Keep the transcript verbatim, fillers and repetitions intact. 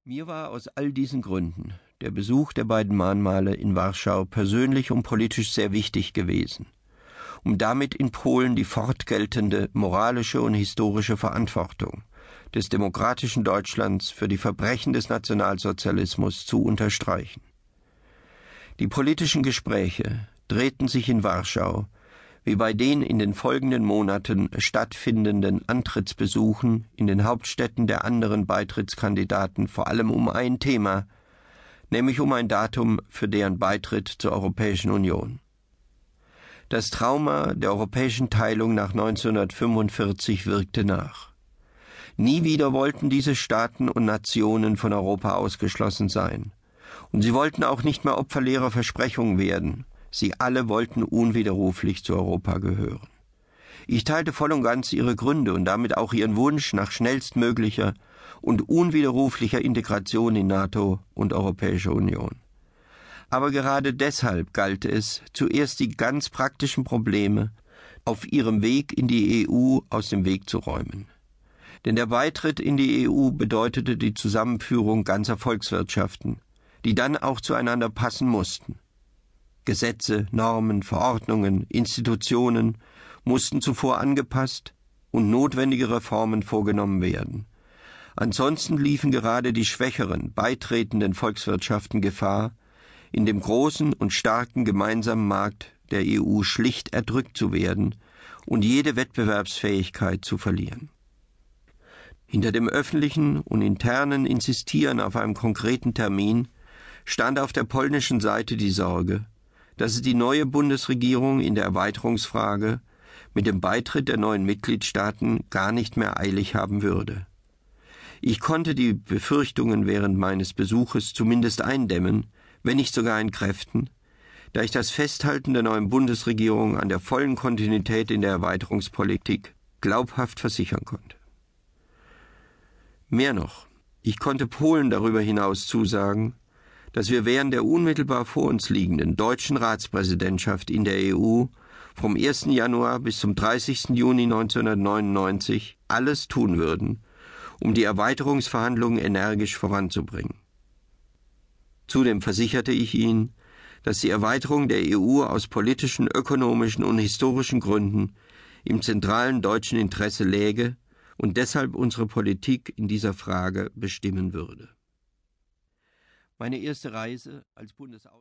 Mir war aus all diesen Gründen der Besuch der beiden Mahnmale in Warschau persönlich und politisch sehr wichtig gewesen, um damit in Polen die fortgeltende moralische und historische Verantwortung des demokratischen Deutschlands für die Verbrechen des Nationalsozialismus zu unterstreichen. Die politischen Gespräche drehten sich in Warschau, wie bei den in den folgenden Monaten stattfindenden Antrittsbesuchen in den Hauptstädten der anderen Beitrittskandidaten, vor allem um ein Thema, nämlich um ein Datum für deren Beitritt zur Europäischen Union. Das Trauma der europäischen Teilung nach neunzehnhundertfünfundvierzig wirkte nach. Nie wieder wollten diese Staaten und Nationen von Europa ausgeschlossen sein. Und sie wollten auch nicht mehr Opfer leerer Versprechungen werden. Sie alle wollten unwiderruflich zu Europa gehören. Ich teilte voll und ganz ihre Gründe und damit auch ihren Wunsch nach schnellstmöglicher und unwiderruflicher Integration in NATO und Europäische Union. Aber gerade deshalb galt es, zuerst die ganz praktischen Probleme auf ihrem Weg in die E U aus dem Weg zu räumen. Denn der Beitritt in die E U bedeutete die Zusammenführung ganzer Volkswirtschaften, die dann auch zueinander passen mussten. Gesetze, Normen, Verordnungen, Institutionen mussten zuvor angepasst und notwendige Reformen vorgenommen werden. Ansonsten liefen gerade die schwächeren, beitretenden Volkswirtschaften Gefahr, in dem großen und starken gemeinsamen Markt der E U schlicht erdrückt zu werden und jede Wettbewerbsfähigkeit zu verlieren. Hinter dem öffentlichen und internen Insistieren auf einem konkreten Termin stand auf der polnischen Seite die Sorge, dass es die neue Bundesregierung in der Erweiterungsfrage mit dem Beitritt der neuen Mitgliedstaaten gar nicht mehr eilig haben würde. Ich konnte die Befürchtungen während meines Besuches zumindest eindämmen, wenn nicht sogar entkräften, da ich das Festhalten der neuen Bundesregierung an der vollen Kontinuität in der Erweiterungspolitik glaubhaft versichern konnte. Mehr noch, ich konnte Polen darüber hinaus zusagen, dass wir während der unmittelbar vor uns liegenden deutschen Ratspräsidentschaft in der E U vom ersten Januar bis zum dreißigsten Juni neunzehnhundertneunundneunzig alles tun würden, um die Erweiterungsverhandlungen energisch voranzubringen. Zudem versicherte ich ihn, dass die Erweiterung der E U aus politischen, ökonomischen und historischen Gründen im zentralen deutschen Interesse läge und deshalb unsere Politik in dieser Frage bestimmen würde. Meine erste Reise als Bundesaußenminister